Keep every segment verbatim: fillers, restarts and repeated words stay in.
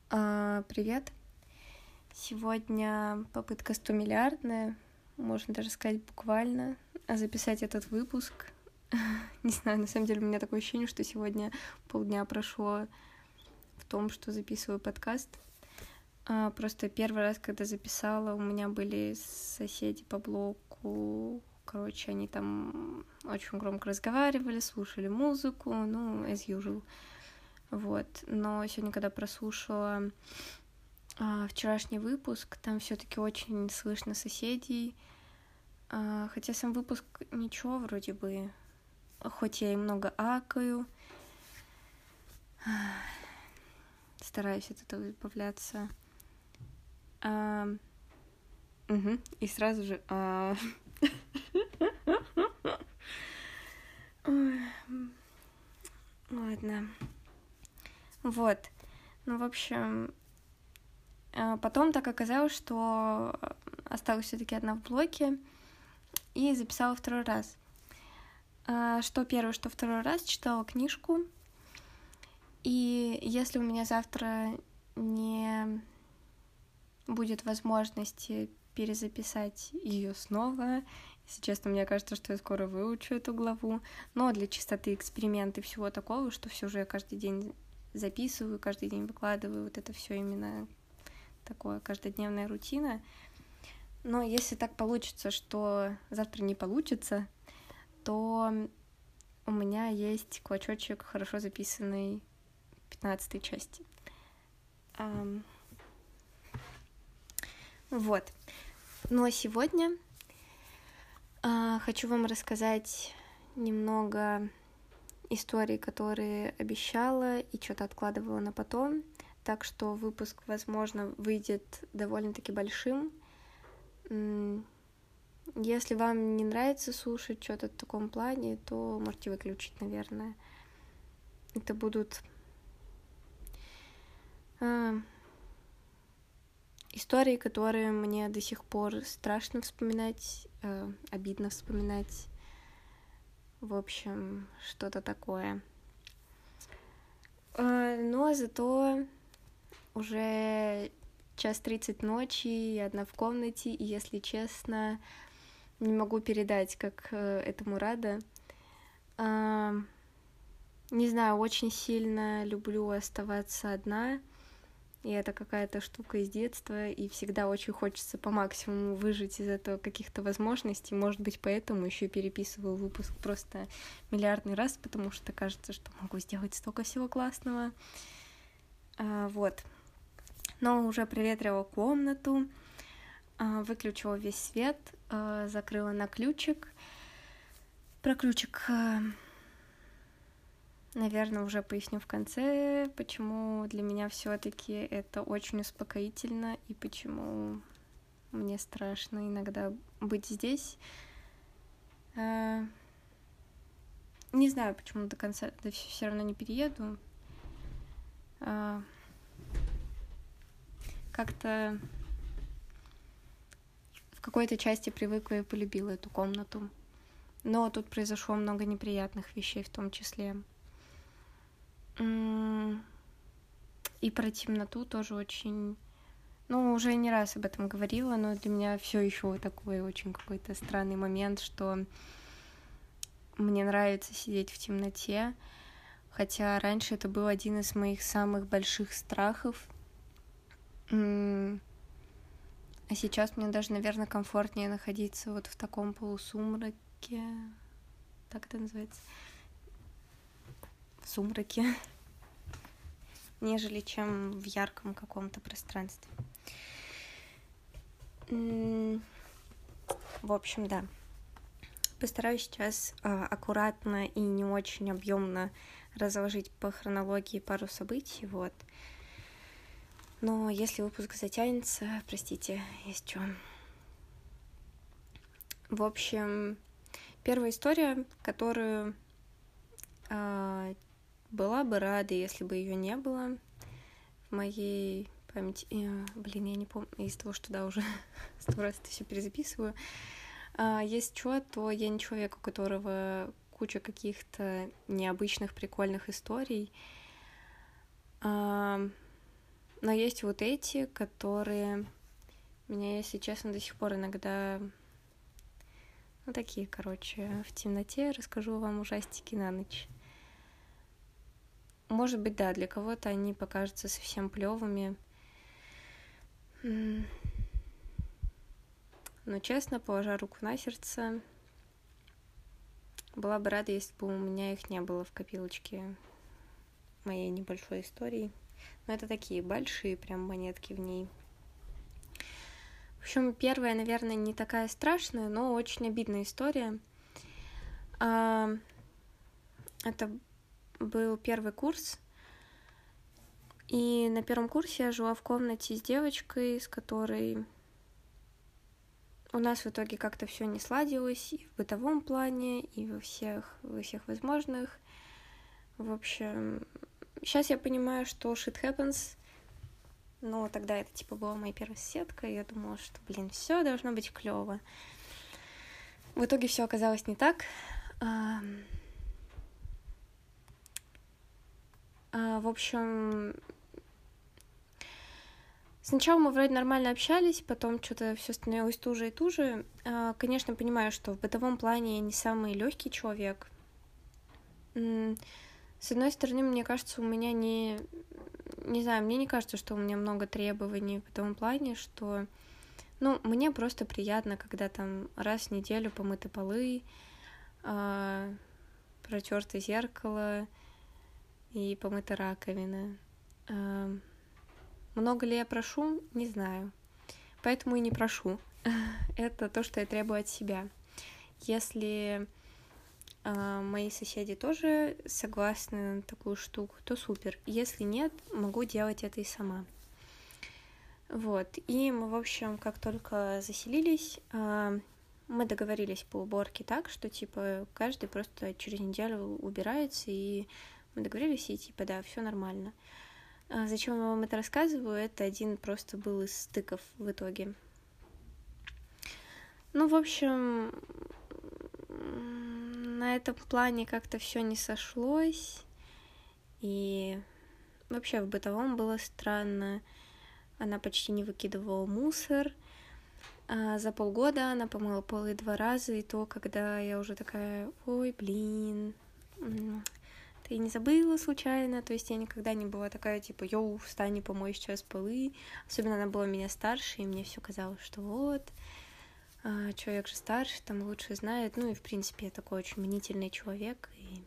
А, привет. Сегодня попытка стомиллиардная, можно даже сказать буквально, записать этот выпуск. Не знаю, на самом деле у меня такое ощущение, что сегодня полдня прошло в том, что записываю подкаст. А, просто первый раз, когда записала, у меня были соседи по блоку. Короче, они там очень громко разговаривали, слушали музыку, ну, as usual. Вот. Но сегодня, когда прослушала а, вчерашний выпуск, там все-таки очень слышно соседей. А, хотя сам выпуск ничего вроде бы, хоть я и много акаю. Стараюсь от этого избавляться. А, угу, и сразу же... А... Ладно. Вот. Ну, в общем, потом так оказалось, что осталась все-таки одна в блоке, и записала второй раз. Что первый, что второй раз читала книжку, и если у меня завтра не будет возможности перезаписать ее снова, если честно, мне кажется, что я скоро выучу эту главу, но для чистоты эксперимента и всего такого, что все же я каждый день записываю, каждый день выкладываю, вот это все именно такое каждодневная рутина. Но если так получится, что завтра не получится, то у меня есть клочочек хорошо записанной пятнадцатой части. Um, вот. Ну а сегодня uh, хочу вам рассказать немного историй, которые обещала и что-то откладывала на потом. Так что выпуск, возможно, выйдет довольно-таки большим. Если вам не нравится слушать что-то в таком плане, то можете выключить, наверное. Это будут э, истории, которые мне до сих пор страшно вспоминать, э, обидно вспоминать. В общем, что-то такое. Э, но зато уже час тридцать ночи, я одна в комнате, и, если честно, не могу передать, как э, этому рада. Э, не знаю, очень сильно люблю оставаться одна, и это какая-то штука из детства, и всегда очень хочется по максимуму выжать из этого каких-то возможностей. Может быть, поэтому еще переписываю выпуск просто миллиардный раз, потому что кажется, что могу сделать столько всего классного. Э, вот. Но уже проветрила комнату, выключила весь свет, закрыла на ключик. Про ключик, наверное, уже поясню в конце, почему для меня все-таки это очень успокоительно и почему мне страшно иногда быть здесь. Не знаю, почему до конца, да все равно не перееду. Как-то в какой-то части привыкла и полюбила эту комнату. Но тут произошло много неприятных вещей в том числе. И про темноту тоже очень... Ну, уже не раз об этом говорила, но для меня все еще такой очень какой-то странный момент, что мне нравится сидеть в темноте, хотя раньше это был один из моих самых больших страхов. А сейчас мне даже, наверное, комфортнее находиться вот в таком полусумраке. Так это называется? В сумраке. Нежели чем в ярком каком-то пространстве. В общем, да. Постараюсь сейчас аккуратно и не очень объемно разложить по хронологии пару событий, вот. Но если выпуск затянется, простите, есть что. В общем, первая история, которую э, была бы рада, если бы ее не было в моей памяти. Э, блин, я не помню, из-за того, что да, уже сто раз это все перезаписываю. Э, есть что, то я не человек, у которого куча каких-то необычных, прикольных историй. Э, Но есть вот эти, которые меня, если честно, до сих пор иногда... Ну, такие, короче, в темноте расскажу вам ужастики на ночь. Может быть, да, для кого-то они покажутся совсем плевыми. Но, честно, положа руку на сердце, была бы рада, если бы у меня их не было в копилочке моей небольшой истории. Но это такие большие прям монетки в ней. В общем, первая, наверное, не такая страшная, но очень обидная история. Это был первый курс, и на первом курсе я жила в комнате с девочкой, с которой у нас в итоге как-то все не сладилось и в бытовом плане, и во всех, во всех возможных. В общем, сейчас я понимаю, что shit happens. Но тогда это, типа, была моя первая соседка, и я думала, что, блин, все должно быть клево. В итоге все оказалось не так. А, а, в общем, сначала мы вроде нормально общались, потом что-то все становилось туже и туже. А, конечно, понимаю, что в бытовом плане я не самый легкий человек. С одной стороны, мне кажется, у меня не... Не знаю, мне не кажется, что у меня много требований в том плане, что... Ну, мне просто приятно, когда там раз в неделю помыты полы, э, протерто зеркало и помыта раковина. Э, много ли я прошу? Не знаю. Поэтому и не прошу. Это то, что я требую от себя. Если... мои соседи тоже согласны на такую штуку, то супер. Если нет, могу делать это и сама. Вот. И мы, в общем, как только заселились, мы договорились по уборке так, что, типа, каждый просто через неделю убирается, и мы договорились, и, типа, да, все нормально. Зачем я вам это рассказываю? Это один просто был из стыков в итоге. Ну, в общем... На этом плане как-то все не сошлось, и вообще в бытовом было странно. Она почти не выкидывала мусор. А за полгода она помыла полы два раза, и то, когда я уже такая, ой, блин, ты не забыла случайно? То есть я никогда не была такая, типа, йоу, встань и помой сейчас полы. Особенно она была меня старше, и мне все казалось, что вот... человек же старше, там лучше знает, ну и, в принципе, я такой очень мнительный человек, и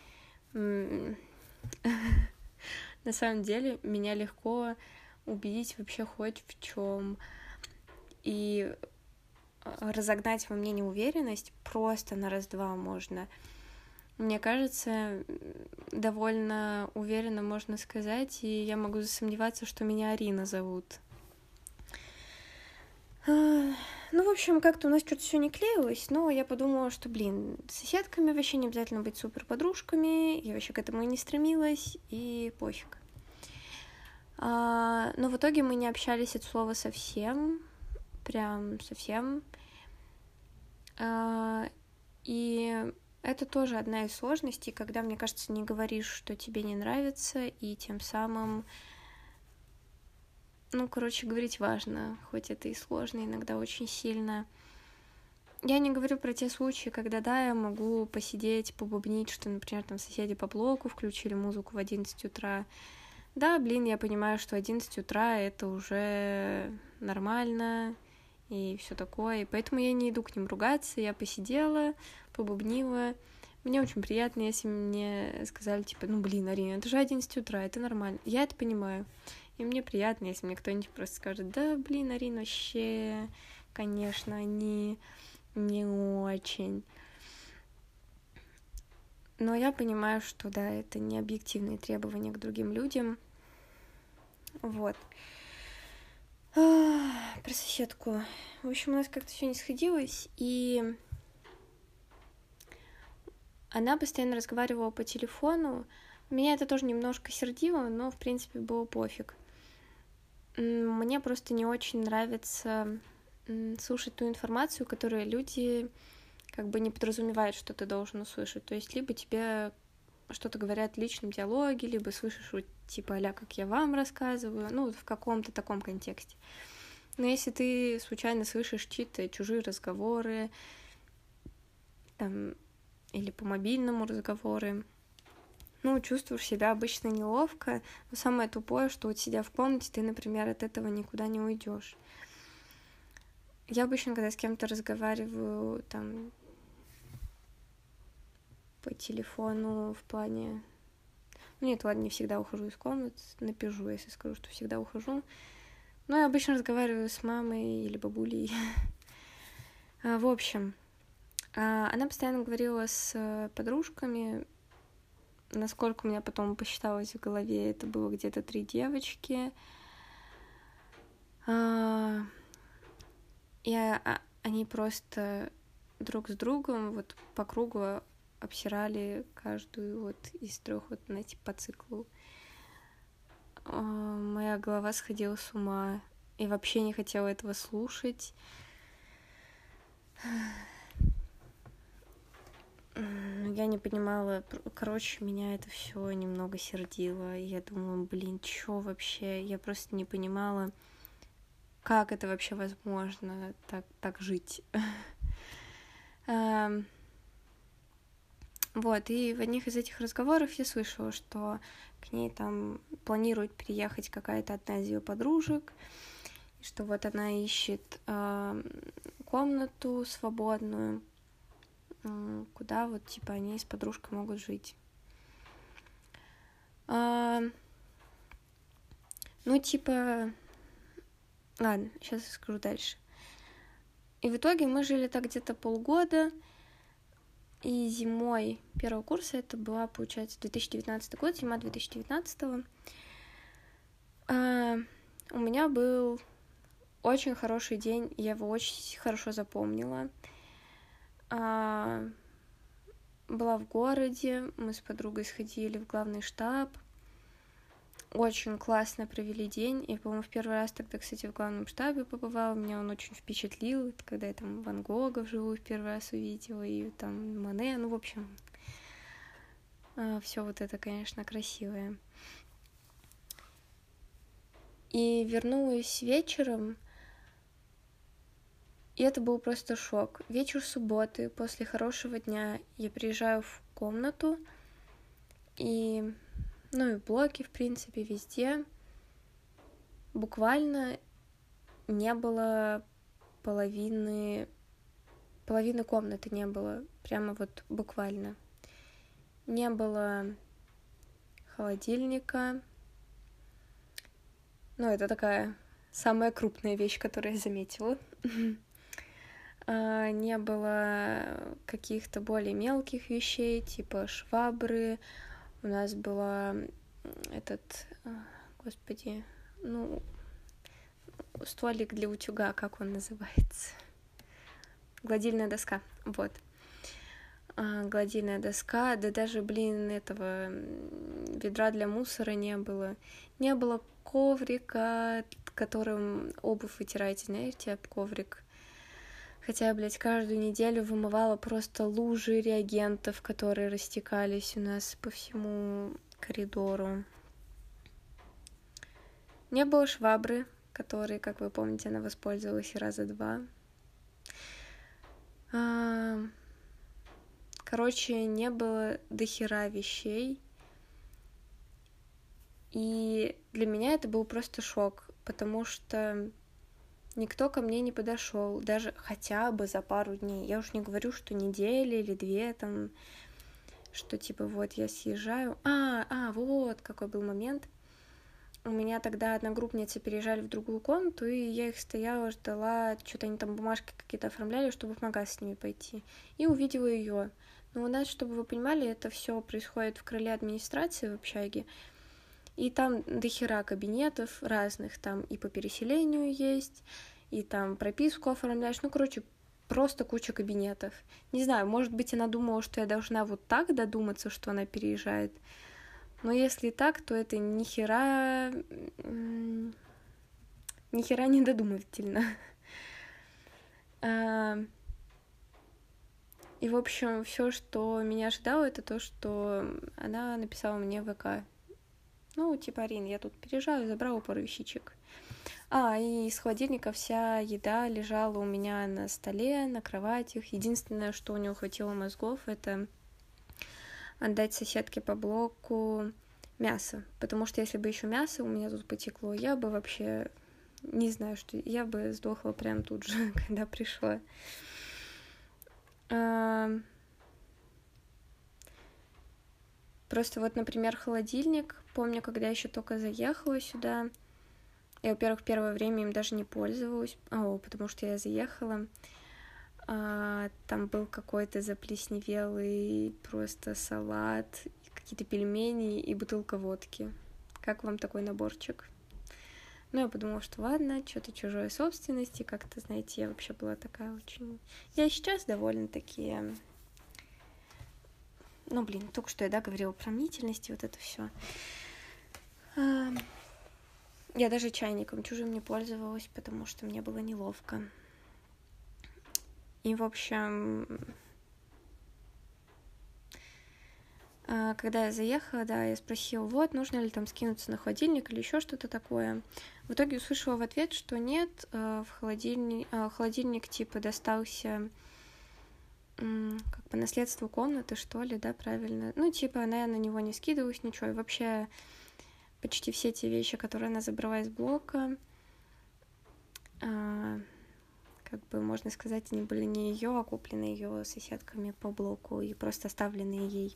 на самом деле меня легко убедить вообще хоть в чем и разогнать во мне неуверенность просто на раз-два можно. Мне кажется, довольно уверенно можно сказать, и я могу засомневаться, что меня Арина зовут. Ну, в общем, как-то у нас что-то все не клеилось, но я подумала, что, блин, с соседками вообще не обязательно быть супер подружками, я вообще к этому и не стремилась, и пофиг. А, но в итоге мы не общались от слова совсем, прям совсем. А, и это тоже одна из сложностей, когда, мне кажется, не говоришь, что тебе не нравится, и тем самым... Ну, короче, говорить важно, хоть это и сложно, иногда очень сильно. Я не говорю про те случаи, когда, да, я могу посидеть, побубнить, что, например, там соседи по блоку включили музыку в одиннадцать утра. Да, блин, я понимаю, что одиннадцать утра это уже нормально и все такое, и поэтому я не иду к ним ругаться, я посидела, побубнила. Мне очень приятно, если мне сказали, типа, ну, блин, Арина, это же одиннадцать утра, это нормально. Я это понимаю. И мне приятно, если мне кто-нибудь просто скажет, да, блин, Арина, вообще, конечно, они не очень. Но я понимаю, что, да, это не объективные требования к другим людям. Вот. А, про соседку. В общем, у нас как-то все не сходилось, и она постоянно разговаривала по телефону. Меня это тоже немножко сердило, но, в принципе, было пофиг. Мне просто не очень нравится слушать ту информацию, которую люди как бы не подразумевают, что ты должен услышать. То есть либо тебе что-то говорят в личном диалоге, либо слышишь вот типа а-ля как я вам рассказываю, ну вот в каком-то таком контексте. Но если ты случайно слышишь чьи-то чужие разговоры, там, или по мобильному разговоры, ну, чувствуешь себя обычно неловко, но самое тупое, что вот сидя в комнате, ты, например, от этого никуда не уйдешь. Я обычно, когда с кем-то разговариваю, там, по телефону, в плане... Ну, нет, ладно, не всегда ухожу из комнат, напишу, если скажу, что всегда ухожу. Но я обычно разговариваю с мамой или бабулей. В общем, она постоянно говорила с подружками. Насколько у меня потом посчиталось в голове, это было где-то три девочки. И они просто друг с другом вот по кругу обсирали каждую вот из трех вот, знаете, по циклу. Моя голова сходила с ума. И вообще не хотела этого слушать. Я не понимала, короче, меня это все немного сердило. Я думала, блин, чё вообще? Я просто не понимала, как это вообще возможно, так, так жить. Вот, и в одних из этих разговоров я слышала, что к ней там планирует переехать какая-то одна из ее подружек, что вот она ищет комнату свободную, куда вот, типа, они с подружкой могут жить. А, ну, типа... Ладно, сейчас я скажу дальше. И в итоге мы жили так где-то полгода, и зимой первого курса, это была, получается, две тысячи девятнадцатый год, зима две тысячи девятнадцатого, а, у меня был очень хороший день, я его очень хорошо запомнила. А, была в городе, мы с подругой сходили в главный штаб, очень классно провели день, и, по-моему, в первый раз тогда, кстати, в главном штабе побывала, меня он очень впечатлил, это когда я там Ван Гога вживую в первый раз увидела, и там Мане, ну, в общем, все вот это, конечно, красивое. И вернулась вечером, и это был просто шок. Вечер субботы, после хорошего дня, я приезжаю в комнату, и, ну и в блоке, в принципе, везде буквально не было половины, половины комнаты не было, прямо вот буквально. Не было холодильника, ну, это такая самая крупная вещь, которую я заметила. Не было каких-то более мелких вещей, типа швабры. У нас была этот, господи, ну, стволик для утюга, как он называется? Гладильная доска, вот. Гладильная доска, да даже, блин, этого ведра для мусора не было. Не было коврика, которым обувь вытираете, знаете, об коврик. Хотя я, блядь, каждую неделю вымывала просто лужи реагентов, которые растекались у нас по всему коридору. Не было швабры, которой, как вы помните, она воспользовалась раза два. Короче, не было дохера вещей. И для меня это был просто шок, потому что никто ко мне не подошел, даже хотя бы за пару дней. Я уж не говорю, что недели или две, там, что типа вот я съезжаю. А, а, вот какой был момент. У меня тогда одногруппницы переезжали в другую комнату, и я их стояла, ждала, что-то они там бумажки какие-то оформляли, чтобы в магаз с ними пойти. И увидела ее. Но у нас, чтобы вы понимали, это все происходит в крыле администрации в общаге. И там дохера кабинетов разных, там и по переселению есть, и там прописку оформляешь, ну, короче, просто куча кабинетов. Не знаю, может быть, она думала, что я должна вот так додуматься, что она переезжает, но если так, то это ни хера, ни хера не додумывательно. И, в общем, все, что меня ожидало, это то, что она написала мне в ВК. Ну, типа, Арин, я тут переезжаю, забрала пару вещичек. А, и из холодильника вся еда лежала у меня на столе, на кроватях. Единственное, что у нее хватило мозгов, это отдать соседке по блоку мясо. Потому что если бы еще мясо у меня тут потекло, я бы вообще не знаю, что я бы сдохла прям тут же, когда пришла. Просто вот, например, холодильник. Помню, когда я еще только заехала сюда, я, во-первых, первое время им даже не пользовалась, о, потому что я заехала, а, там был какой-то заплесневелый просто салат, какие-то пельмени и бутылка водки. Как вам такой наборчик? Ну, я подумала, что ладно, что-то чужой собственности, как-то, знаете, я вообще была такая очень... Я и сейчас довольно-таки... Ну, блин, только что я, да, говорила про мнительность и вот это все. Я даже чайником чужим не пользовалась, потому что мне было неловко. И, в общем, когда я заехала, да, я спросила, вот, нужно ли там скинуться на холодильник или еще что-то такое. В итоге услышала в ответ, что нет, в холодильник, холодильник типа достался как по наследству комнаты, что ли, да, правильно. Ну, типа, она на него не скидывалась, ничего. И вообще почти все те вещи, которые она забрала из блока, а, как бы, можно сказать, они были не ее, а куплены ее соседками по блоку и просто оставленные ей.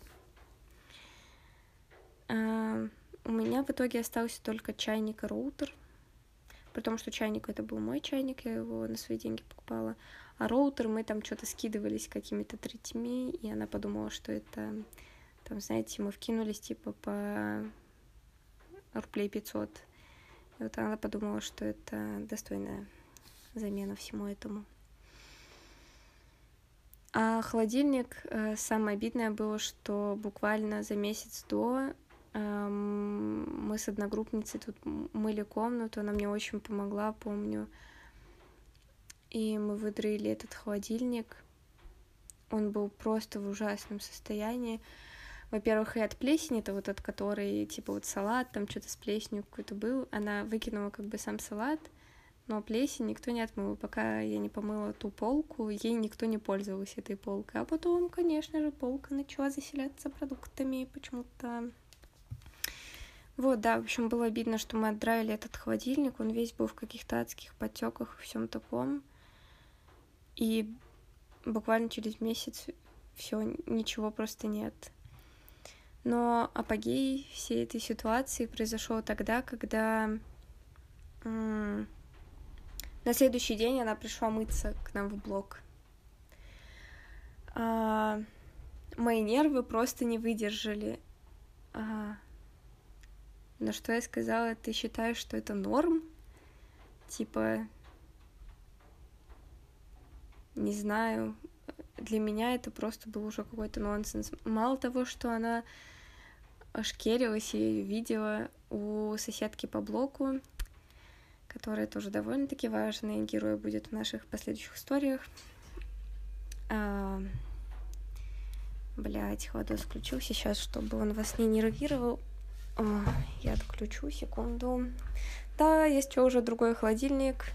А, у меня в итоге остался только чайник и роутер, при том, что чайник это был мой чайник, я его на свои деньги покупала, а роутер мы там что-то скидывались какими-то третьими, и она подумала, что это, там, знаете, мы вкинулись типа по рублей пятьсот. И вот она подумала, что это достойная замена всему этому. А холодильник, самое обидное было, что буквально за месяц до мы с одногруппницей тут мыли комнату, она мне очень помогла, помню. И мы выдрали этот холодильник. Он был просто в ужасном состоянии. Во-первых, и от плесени, это вот от которой, типа, вот салат, там что-то с плесенью какой-то был. Она выкинула как бы сам салат, но плесень никто не отмыл. Пока я не помыла ту полку, ей никто не пользовался этой полкой. А потом, конечно же, полка начала заселяться продуктами почему-то. Вот, да, в общем, было обидно, что мы отдраили этот холодильник. Он весь был в каких-то адских подтеках и всем таком. И буквально через месяц все, ничего просто нет. Но апогей всей этой ситуации произошел тогда, когда м- на следующий день она пришла мыться к нам в блок. А- мои нервы просто не выдержали. А- на что я сказала, ты считаешь, что это норм? Типа, не знаю, для меня это просто был уже какой-то нонсенс. Мало того, что она шкерилась, я ее видела у соседки по блоку, которая тоже довольно-таки важный герой будет в наших последующих историях. А... Блять, холодос включил сейчас, чтобы он вас не нервировал. О, я отключу, секунду. Да, есть что, уже другой холодильник.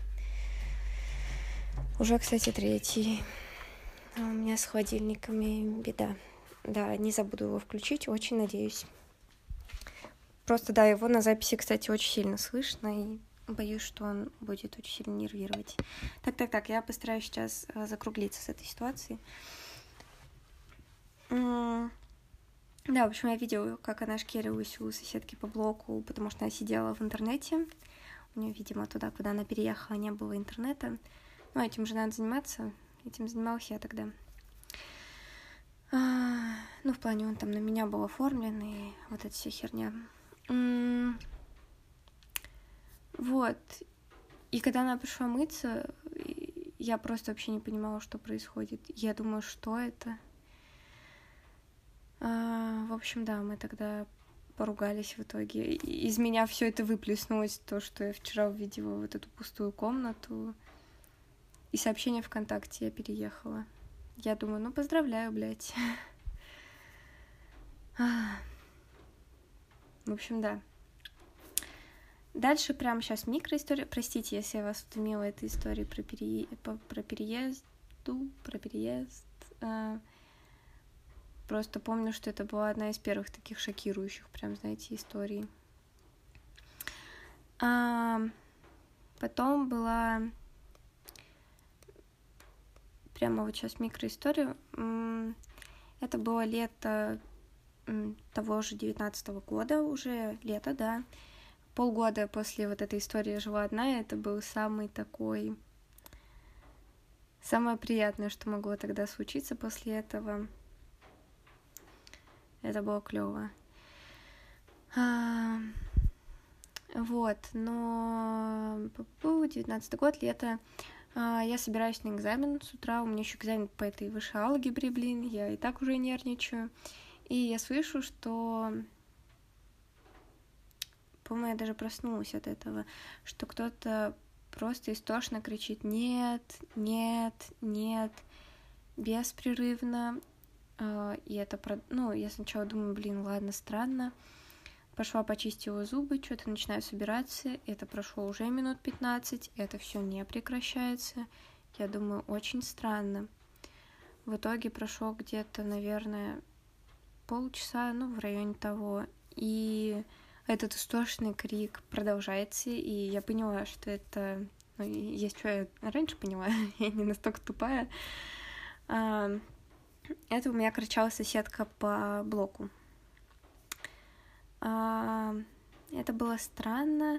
Уже, кстати, третий. У меня с холодильниками беда. Да, не забуду его включить, очень надеюсь. Просто, да, его на записи, кстати, очень сильно слышно, и боюсь, что он будет очень сильно нервировать. Так-так-так, я постараюсь сейчас закруглиться с этой ситуации. Да, в общем, я видела, как она шкерилась у соседки по блоку, потому что она сидела в интернете. У нее, видимо, туда, куда она переехала, не было интернета. Ну, этим же надо заниматься. Этим занималась я тогда. А, ну, в плане, он там на меня был оформлен, и вот эта вся херня. М-м- вот. И когда она пришла мыться, я просто вообще не понимала, что происходит. Я думаю, что это... А, в общем, да, мы тогда поругались в итоге. Из меня все это выплеснулось, то, что я вчера увидела вот эту пустую комнату. И сообщение ВКонтакте я переехала. Я думаю, ну, поздравляю, блядь. В общем, да. Дальше прямо сейчас микроистория. Простите, если я вас утомила этой историей про, пере... про переезд, про переезд. Просто помню, что это была одна из первых таких шокирующих, прям, знаете, историй. А потом была прямо вот сейчас микроистория. Это было лето того же девятнадцатого года, уже лето, да. Полгода после вот этой истории я жила одна, и это был самый такой... Самое приятное, что могло тогда случиться после этого. Это было клево. А... Вот, но... девятнадцатый год, лето. А, я собираюсь на экзамен с утра, у меня еще экзамен по этой высшей алгебре, блин, я и так уже нервничаю. И я слышу, что... По-моему, я даже проснулась от этого, что кто-то просто истошно кричит «нет, нет, нет», беспрерывно. И это... Ну, я сначала думаю, блин, ладно, странно. Пошла, почистила зубы, что-то начинаю собираться. Это прошло уже минут пятнадцать, это все не прекращается. Я думаю, очень странно. В итоге прошло где-то, наверное, полчаса, ну, в районе того. И этот истошный крик продолжается, и я поняла, что это... Ну, есть что я раньше поняла, я не настолько тупая. Это у меня кричала соседка по блоку. Это было странно.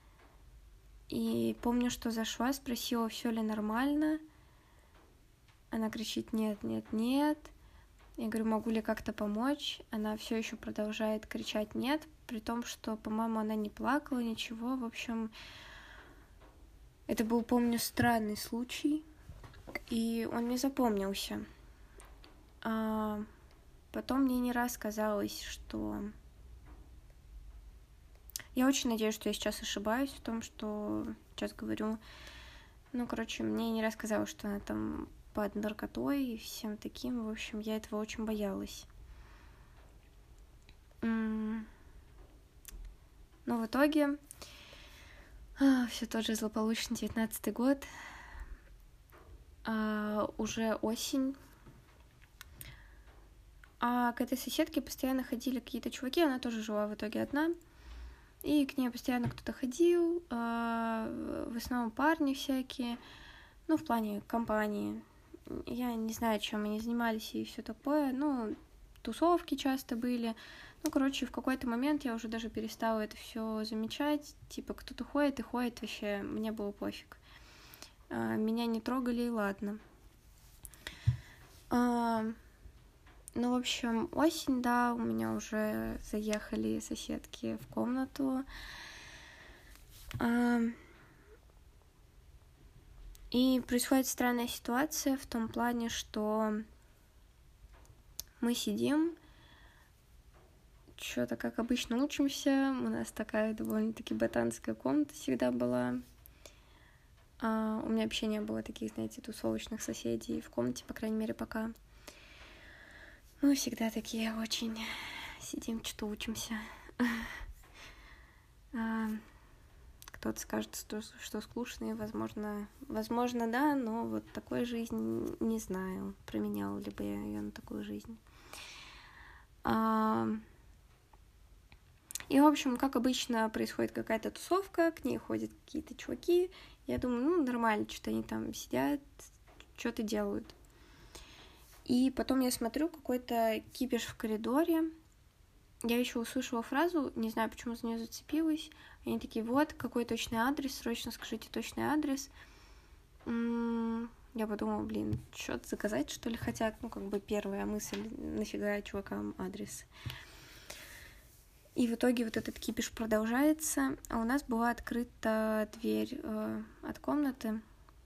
И помню, что зашла, спросила, все ли нормально. Она кричит: нет, нет, нет. Я говорю, могу ли как-то помочь? Она все еще продолжает кричать нет, при том, что, по-моему, она не плакала, ничего. В общем, это был, помню, странный случай, и он мне запомнился. А потом мне не раз казалось, что... Я очень надеюсь, что я сейчас ошибаюсь в том, что сейчас говорю. Ну, короче, мне не раз казалось, что она там под наркотой и всем таким. В общем, я этого очень боялась. Но в итоге а, все тот же злополучный девятнадцатый год. А, уже осень. А к этой соседке постоянно ходили какие-то чуваки. Она тоже жила в итоге одна. И к ней постоянно кто-то ходил, в основном парни всякие, ну, в плане компании. Я не знаю, чем они занимались и все такое, ну, тусовки часто были. Ну, короче, в какой-то момент я уже даже перестала это все замечать. Типа, кто-то ходит и ходит, вообще, мне было пофиг. Меня не трогали, и ладно. Ну, в общем, осень, да, у меня уже заехали соседки в комнату. И происходит странная ситуация в том плане, что мы сидим, что-то, как обычно, учимся. У нас такая довольно-таки ботанская комната всегда была. У меня вообще не было таких, знаете, тусовочных соседей в комнате, по крайней мере, пока. Мы всегда такие очень сидим, что-то учимся. Кто-то скажет, что, что скучные, возможно, возможно, да, но вот такой жизни не знаю, променяла ли бы я ее на такую жизнь. И, в общем, как обычно, происходит какая-то тусовка, к ней ходят какие-то чуваки. Я думаю, ну, нормально, что-то они там сидят, что-то делают. И потом я смотрю, какой-то кипиш в коридоре. Я еще услышала фразу, не знаю, почему за нее зацепилась. Они такие, вот, какой точный адрес, срочно скажите точный адрес. Я подумала, блин, что-то заказать, что ли, хотят? Ну, как бы первая мысль, нафига чувакам адрес. И в итоге вот этот кипиш продолжается. А у нас была открыта дверь э, от комнаты.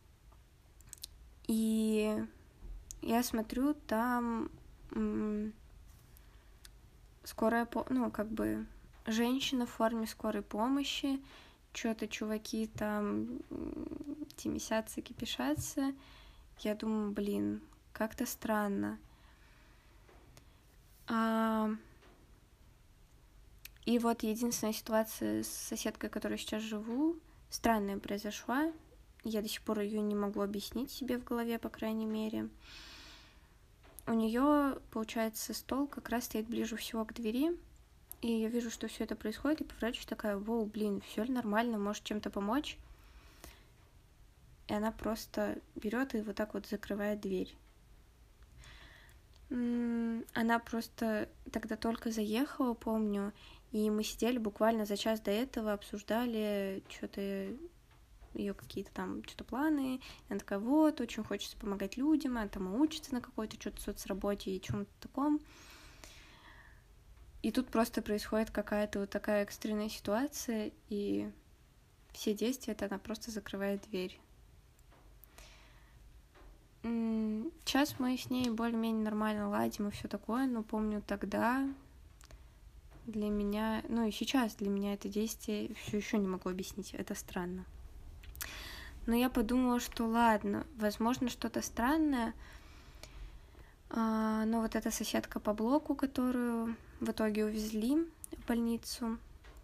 И... Я смотрю, там м- скорая, по- ну, как бы, женщина в форме скорой помощи, что-то чуваки там темесятся, кипишатся. Я думаю, блин, как-то странно. А... И вот единственная ситуация с соседкой, которой сейчас живу, странная произошла. Я до сих пор ее не могу объяснить себе в голове, по крайней мере. У нее, получается, стол как раз стоит ближе всего к двери. И я вижу, что все это происходит, и поворачиваюсь такая: воу, блин, все ли нормально, может чем-то помочь? И она просто берет и вот так вот закрывает дверь. Она просто тогда только заехала, помню, и мы сидели буквально за час до этого, обсуждали что-то, ее какие-то там что-то планы. И она такая: вот, очень хочется помогать людям, она там учится на какой-то что-то соцработе и чем-то таком. И тут просто происходит какая-то вот такая экстренная ситуация, и все действия — это она просто закрывает дверь. Сейчас мы с ней более-менее нормально ладим и все такое, но помню тогда для меня, ну и сейчас для меня это действие все еще не могу объяснить, это странно. Но я подумала, что ладно, возможно, что-то странное, но вот эта соседка по блоку, которую в итоге увезли в больницу,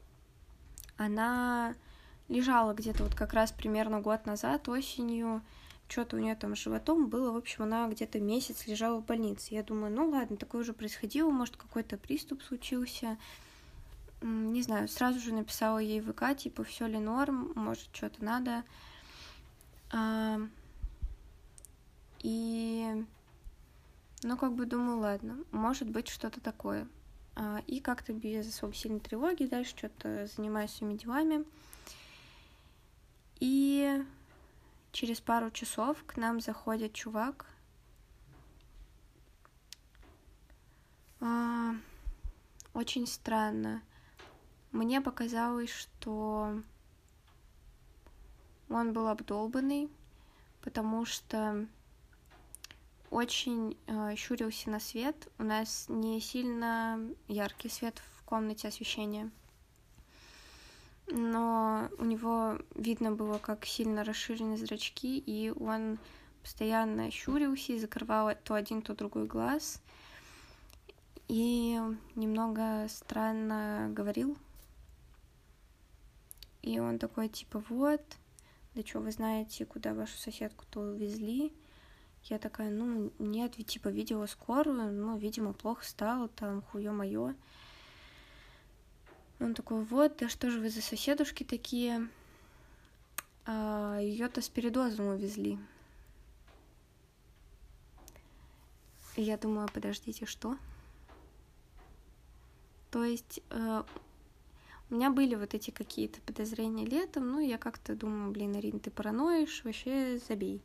она лежала где-то вот как раз примерно год назад осенью, что-то у нее там с животом было, в общем, она где-то месяц лежала в больнице. Я думаю, ну ладно, такое уже происходило, может, какой-то приступ случился. Не знаю, сразу же написала ей в ВК, типа, все ли норм, может, что-то надо. И, ну, как бы думаю, ладно, может быть, что-то такое. И как-то без особо сильной тревоги дальше что-то занимаюсь своими делами. И через пару часов к нам заходит чувак. А, очень странно. Мне показалось, что он был обдолбанный, потому что очень э, щурился на свет. У нас не сильно яркий свет в комнате освещения, но у него видно было, как сильно расширены зрачки, и он постоянно щурился и закрывал то один, то другой глаз, и немного странно говорил. И он такой, типа, вот, да что, вы знаете, куда вашу соседку-то увезли? Я такая, ну, нет, ведь, типа, видела скорую, ну, видимо, плохо стало, там, хуё-моё. Он такой, вот, да что же вы за соседушки такие? А, её-то с передозом увезли. И я думаю, подождите, что? То есть э, у меня были вот эти какие-то подозрения летом, ну, я как-то думаю, блин, Арин, ты параноишь, вообще забей.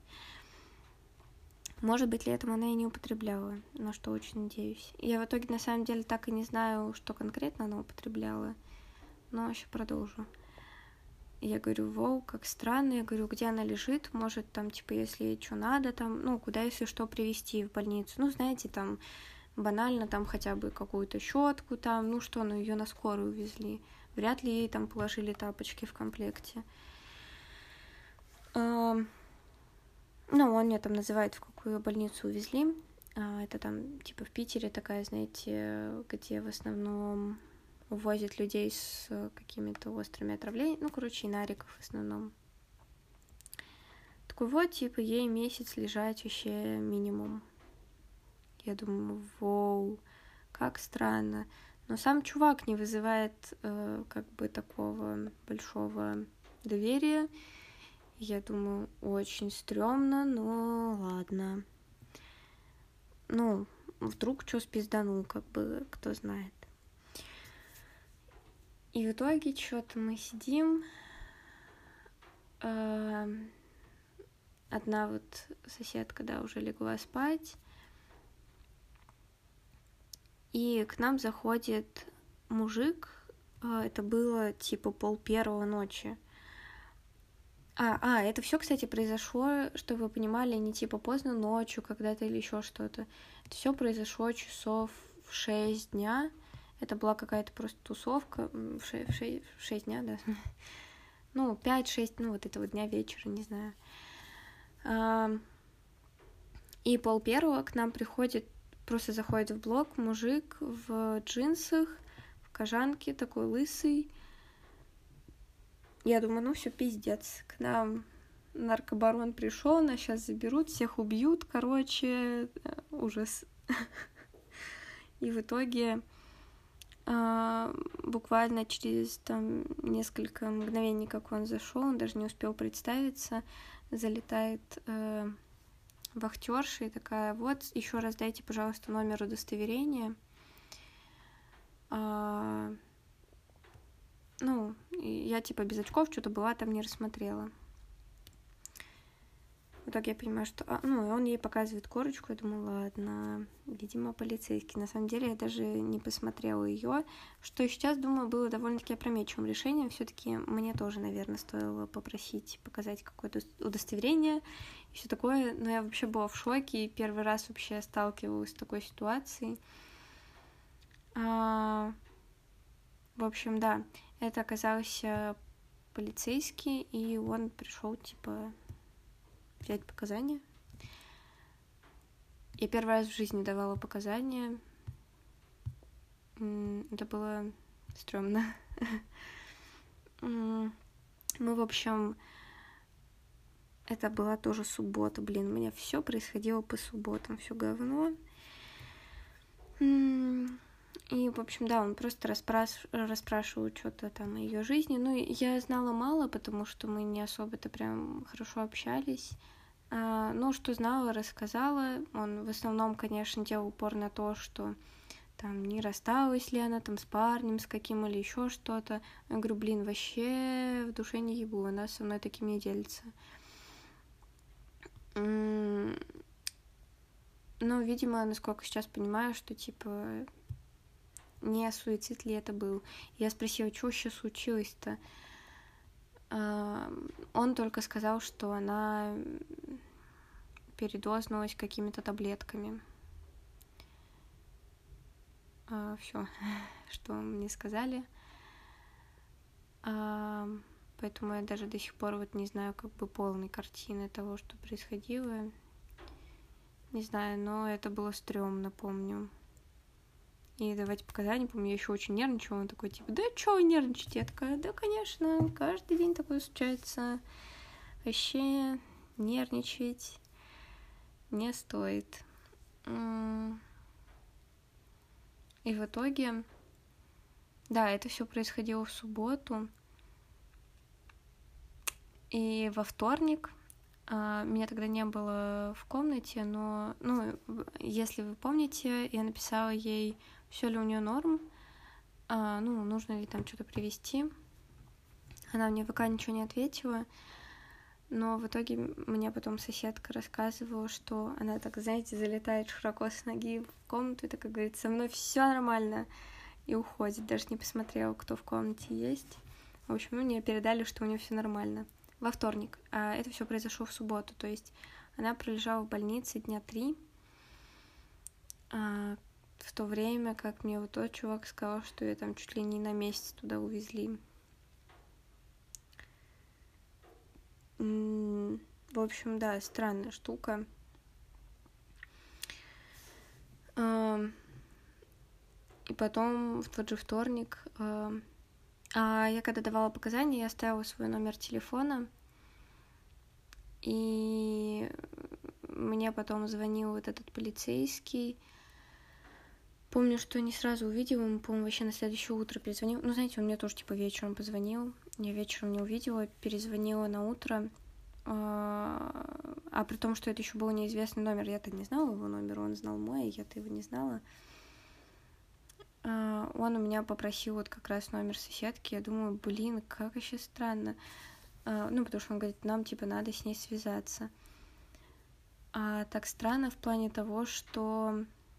Может быть, летом она и не употребляла, на что очень надеюсь. Я в итоге, на самом деле, так и не знаю, что конкретно она употребляла, но еще продолжу. Я говорю, воу, как странно. Я говорю, где она лежит? Может, там, типа, если ей что надо, там, ну, куда, если что, привезти в больницу? Ну, знаете, там, банально, там, хотя бы какую-то щетку, там, ну, что, ну, ее на скорую увезли. Вряд ли ей там положили тапочки в комплекте. Ну, он меня там называет, в какую больницу увезли. Это там, типа, в Питере такая, знаете, где в основном увозят людей с какими-то острыми отравлениями. Ну, короче, и нариков в основном. Такой вот, типа, ей месяц лежать вообще минимум. Я думаю, воу, как странно. Но сам чувак не вызывает э, как бы такого большого доверия. Я думаю, очень стрёмно, но ладно. Ну, вдруг что спизданул, как бы, кто знает. И в итоге что-то мы сидим. Одна вот соседка, да, уже легла спать. И к нам заходит мужик. Это было типа пол первого ночи. А, а, это все, кстати, произошло, чтобы вы понимали, не типа поздно ночью когда-то или еще что-то. Это все произошло часов в шесть дня. Это была какая-то просто тусовка в шесть, в шесть, в шесть дня, да. Ну, пять-шесть, ну, вот этого дня вечера, не знаю. И пол первого к нам приходит, просто заходит в блок мужик в джинсах, в кожанке, такой лысый. Я думаю, ну все, пиздец, к нам наркобарон пришел, нас сейчас заберут, всех убьют, короче, ужас. И в итоге буквально через там несколько мгновений, как он зашел, он даже не успел представиться, залетает э, вахтерша и такая: вот, еще раз дайте, пожалуйста, номер удостоверения. А, ну, я типа без очков что-то была, там не рассмотрела. В итоге я понимаю, что... А, ну, и он ей показывает корочку, я думаю, ладно, видимо, полицейский. На самом деле я даже не посмотрела ее, что и сейчас, думаю, было довольно-таки опрометчивым решением. Все-таки мне тоже, наверное, стоило попросить показать какое-то удостоверение и все такое. Но я вообще была в шоке и первый раз вообще сталкивалась с такой ситуацией. А, в общем, да, это оказался полицейский, и он пришел, типа... взять показания. Я первый раз в жизни давала показания. Это было стрёмно. Мы, в общем, это была тоже суббота. Блин, у меня все происходило по субботам, все говно. И, в общем, да, он просто расспраш... расспрашивал что-то там о ее жизни. Ну, я знала мало, потому что мы не особо-то прям хорошо общались. А, ну, что знала, рассказала. Он в основном, конечно, делал упор на то, что там не рассталась ли она там с парнем, с каким или еще что-то. Я говорю, блин, вообще в душе не ебу, она со мной таким не делится. Но, видимо, насколько сейчас понимаю, что, типа, не суицид ли это был. Я спросила, что вообще случилось-то? Он только сказал, что она передознулась какими-то таблетками. Все, что мне сказали. Поэтому я даже до сих пор вот не знаю как бы полной картины того, что происходило. Не знаю, но это было стрёмно, помню. И давать показания, помню, я еще очень нервничала. Он такой, типа, да чё вы нервничаете? Я такая, да, конечно, каждый день такое случается. Вообще нервничать не стоит. И в итоге, да, это все происходило в субботу. И во вторник меня тогда не было в комнате, но, ну, если вы помните, я написала ей, все ли у нее норм, а, ну, нужно ли там что-то привезти. Она мне в ВК ничего не ответила, но в итоге мне потом соседка рассказывала, что она так, знаете, залетает широко с ноги в комнату и так говорит, со мной все нормально, и уходит, даже не посмотрела, кто в комнате есть. В общем, мне передали, что у нее все нормально. Во вторник, а это все произошло в субботу, то есть она пролежала в больнице дня три, а, в то время как мне вот тот чувак сказал, что ее там чуть ли не на месяц туда увезли. В общем, да, странная штука. И потом в тот же вторник... А я когда давала показания, я оставила свой номер телефона, и мне потом звонил вот этот полицейский. Помню, что не сразу увидела, ему, по-моему, вообще на следующее утро перезвонил. Ну, знаете, он мне тоже, типа, вечером позвонил. Я вечером не увидела, перезвонила на утро. А при том, что это еще был неизвестный номер, я-то не знала его номер, он знал мой, я-то его не знала. Он у меня попросил вот как раз номер соседки. Я думаю, блин, как вообще странно. Ну, потому что он говорит, нам, типа, надо с ней связаться. А так странно в плане того, что...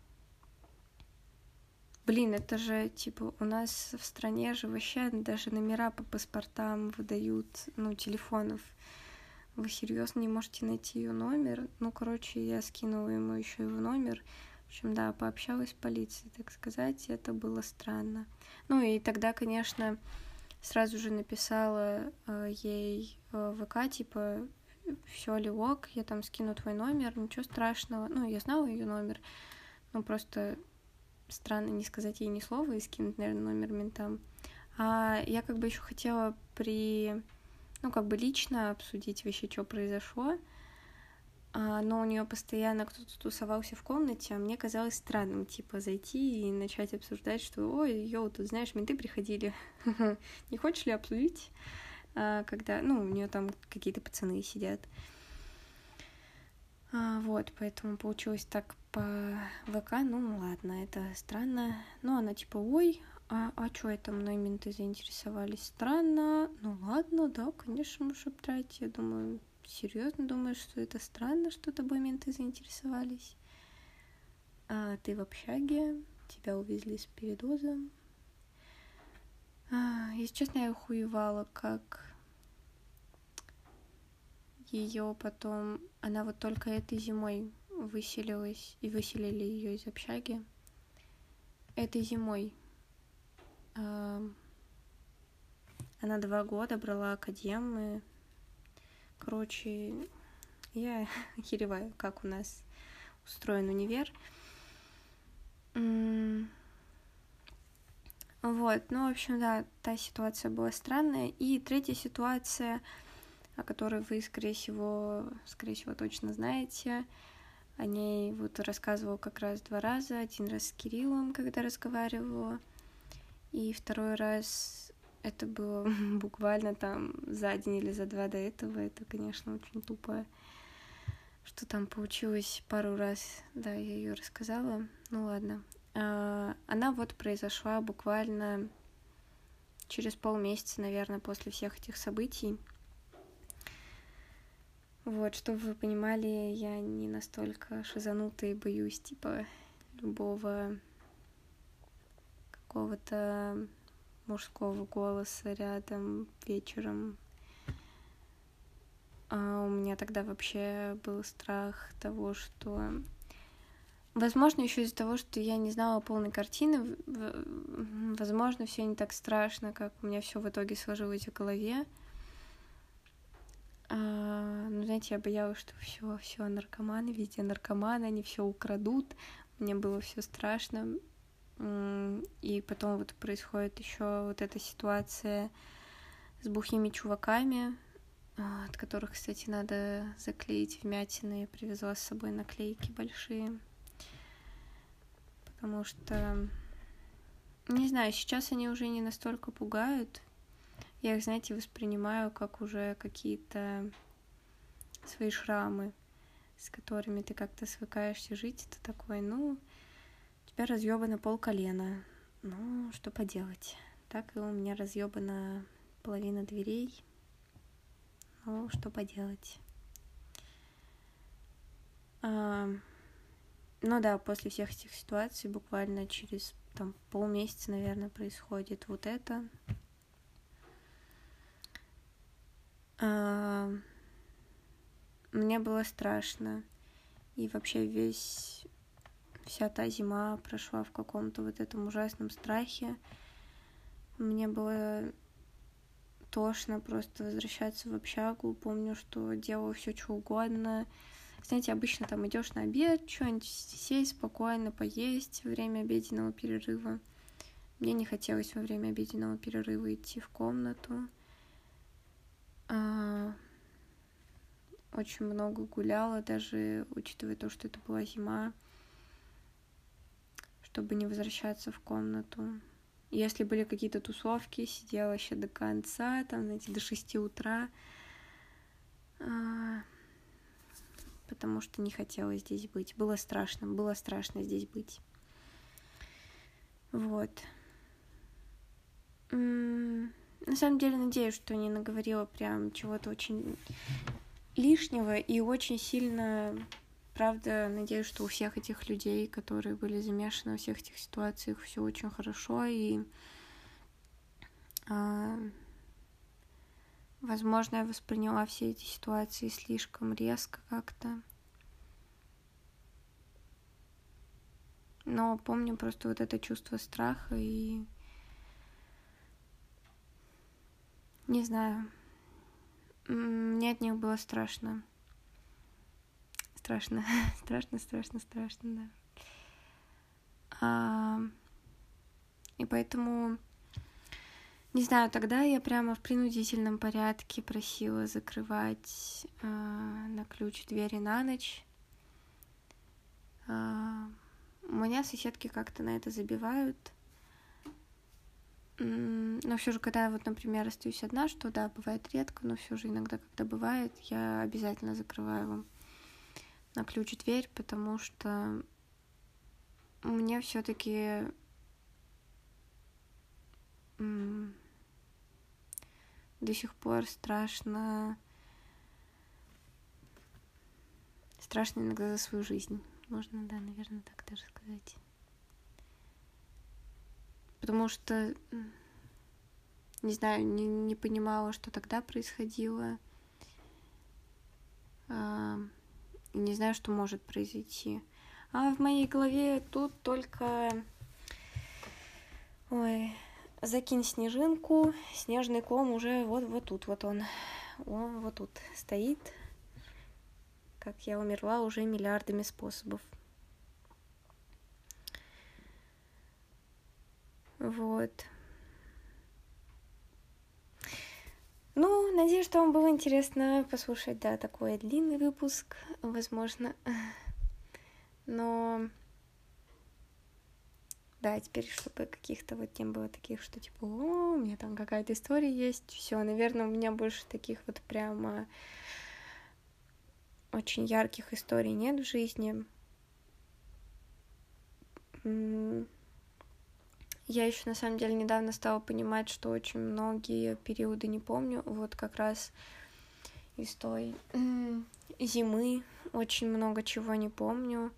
Блин, это же, типа, у нас в стране же вообще даже номера по паспортам выдают, ну, телефонов. Вы серьезно не можете найти ее номер? Ну, короче, я скинула ему еще его номер. В общем, да, пообщалась с полицией, так сказать, это было странно. Ну и тогда, конечно, сразу же написала э, ей э, в ВК, типа, все ли ок, я там скину твой номер, ничего страшного. Ну, я знала ее номер, но просто странно не сказать ей ни слова и скинуть, наверное, номер ментам. А я как бы еще хотела при... Ну, как бы лично обсудить вообще, что произошло. А, но у нее постоянно кто-то тусовался в комнате, а мне казалось странным, типа, зайти и начать обсуждать, что, ой, йоу, тут, знаешь, менты приходили, не хочешь ли обсудить, а, когда, ну, у нее там какие-то пацаны сидят. А, вот, поэтому получилось так по ВК, ну, ладно, это странно. Ну, она типа, ой, а, а что это мной менты заинтересовались? Странно. Ну, ладно, да, конечно, можешь обтрать. Я думаю, серьезно думаешь, что это странно, что тобой менты заинтересовались? А ты в общаге, тебя увезли с передозом. А, если честно, я охуевала, как ее потом... Она вот только этой зимой выселилась, и выселили ее из общаги. Этой зимой. А, она два года брала академы. Короче, я охереваю, как у нас устроен универ. Вот, ну, в общем, да, та ситуация была странная. И третья ситуация, о которой вы, скорее всего, скорее всего, точно знаете. О ней вот рассказывала как раз два раза. Один раз с Кириллом, когда разговаривала. И второй раз это было буквально там за день или за два до этого. Это, конечно, очень тупо, что там получилось пару раз. Да, я ее рассказала. Ну ладно. Она вот произошла буквально через полмесяца, наверное, после всех этих событий. Вот, чтобы вы понимали, я не настолько шизанутая и боюсь, типа, любого какого-то мужского голоса рядом вечером. А у меня тогда вообще был страх того, что... Возможно, еще из-за того, что я не знала полной картины, возможно, все не так страшно, как у меня все в итоге сложилось в голове. А, ну, знаете, я боялась, что все, все наркоманы, везде наркоманы, они все украдут. Мне было все страшно. И потом вот происходит еще вот эта ситуация с бухими чуваками, от которых, кстати, надо заклеить вмятины. Я привезла с собой наклейки большие. Потому что, не знаю, сейчас они уже не настолько пугают. Я их, знаете, воспринимаю как уже какие-то свои шрамы, с которыми ты как-то свыкаешься жить. Это такой, ну, у тебя разъёбано полколена. Ну, что поделать. Так и у меня разъёбана половина дверей. Ну, что поделать. А, ну да, после всех этих ситуаций буквально через там полмесяца, наверное, происходит вот это. А, мне было страшно. И вообще весь... Вся та зима прошла в каком-то вот этом ужасном страхе. Мне было тошно просто возвращаться в общагу. Помню, что делала все что угодно. Знаете, обычно там идешь на обед, что-нибудь сесть спокойно, поесть во время обеденного перерыва. Мне не хотелось во время обеденного перерыва идти в комнату. А... Очень много гуляла, даже учитывая то, что это была зима, чтобы не возвращаться в комнату. Если были какие-то тусовки, сидела еще до конца, там, знаете, до шести утра, а, потому что не хотела здесь быть. Было страшно, было страшно здесь быть. Вот. М-м- на самом деле, надеюсь, что не наговорила прям чего-то очень лишнего и очень сильно... Правда, надеюсь, что у всех этих людей, которые были замешаны во всех этих ситуациях, все очень хорошо, и, а, возможно, я восприняла все эти ситуации слишком резко как-то. Но помню просто вот это чувство страха, и не знаю, мне от них было было страшно. Страшно, страшно, страшно, страшно, да. А, и поэтому, не знаю, тогда я прямо в принудительном порядке просила закрывать а, на ключ двери на ночь. А, у меня соседки как-то на это забивают. Но все же, когда я вот, например, остаюсь одна, что да, бывает редко, но все же иногда, когда бывает, я обязательно закрываю вам на ключ дверь, потому что мне все-таки м- до сих пор страшно, страшно иногда за свою жизнь. Можно, да, наверное, так даже сказать. Потому что, не знаю, не, не понимала, что тогда происходило. А, не знаю, что может произойти. А в моей голове тут только... Ой, закинь снежинку, снежный ком уже вот, вот тут вот он. Он вот тут стоит. Как я умерла уже миллиардами способов. Вот. Ну, надеюсь, что вам было интересно послушать, да, такой длинный выпуск, возможно. Но, да, теперь, чтобы каких-то вот тем было таких, что типа, о, у меня там какая-то история есть, все, наверное, у меня больше таких вот прямо очень ярких историй нет в жизни. Я еще на самом деле недавно стала понимать, что очень многие периоды не помню. Вот как раз из той зимы очень много чего не помню,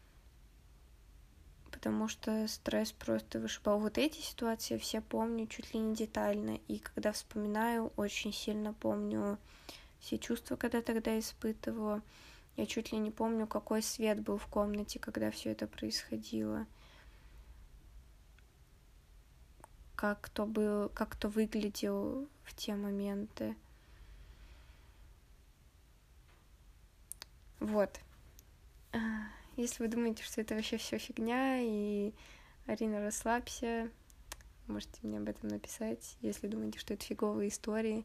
потому что стресс просто вышибал. Вот эти ситуации все помню чуть ли не детально, и когда вспоминаю, очень сильно помню все чувства, когда тогда испытывала. Я чуть ли не помню, какой свет был в комнате, когда все это происходило. Как кто был, как кто выглядел в те моменты. Вот. Если вы думаете, что это вообще все фигня, и Арина, расслабься, можете мне об этом написать. Если думаете, что это фиговые истории,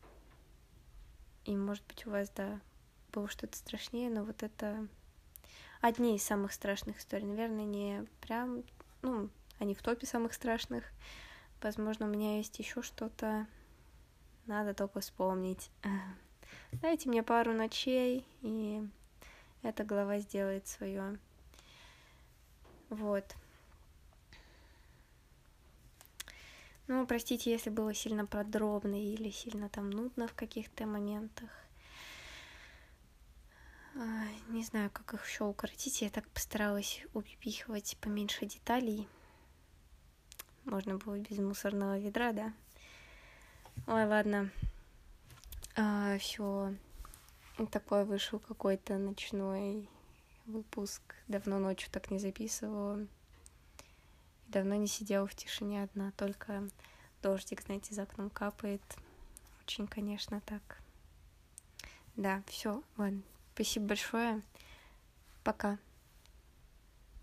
и, может быть, у вас, да, было что-то страшнее, но вот это одни из самых страшных историй. Наверное, не прям, ну, они в топе самых страшных. Возможно, у меня есть еще что-то, надо только вспомнить. Дайте мне пару ночей, и эта глава сделает свое. Вот. Ну, простите, если было сильно подробно или сильно там нудно в каких-то моментах. Не знаю, как их еще укоротить. Я так постаралась упихивать поменьше деталей. Можно было без мусорного ведра, да? Ой, ладно. А, все. Такой вышел какой-то ночной выпуск. Давно ночью так не записывала. И давно не сидела в тишине одна. Только дождик, знаете, за окном капает. Очень, конечно, так. Да, все, ладно. Спасибо большое. Пока.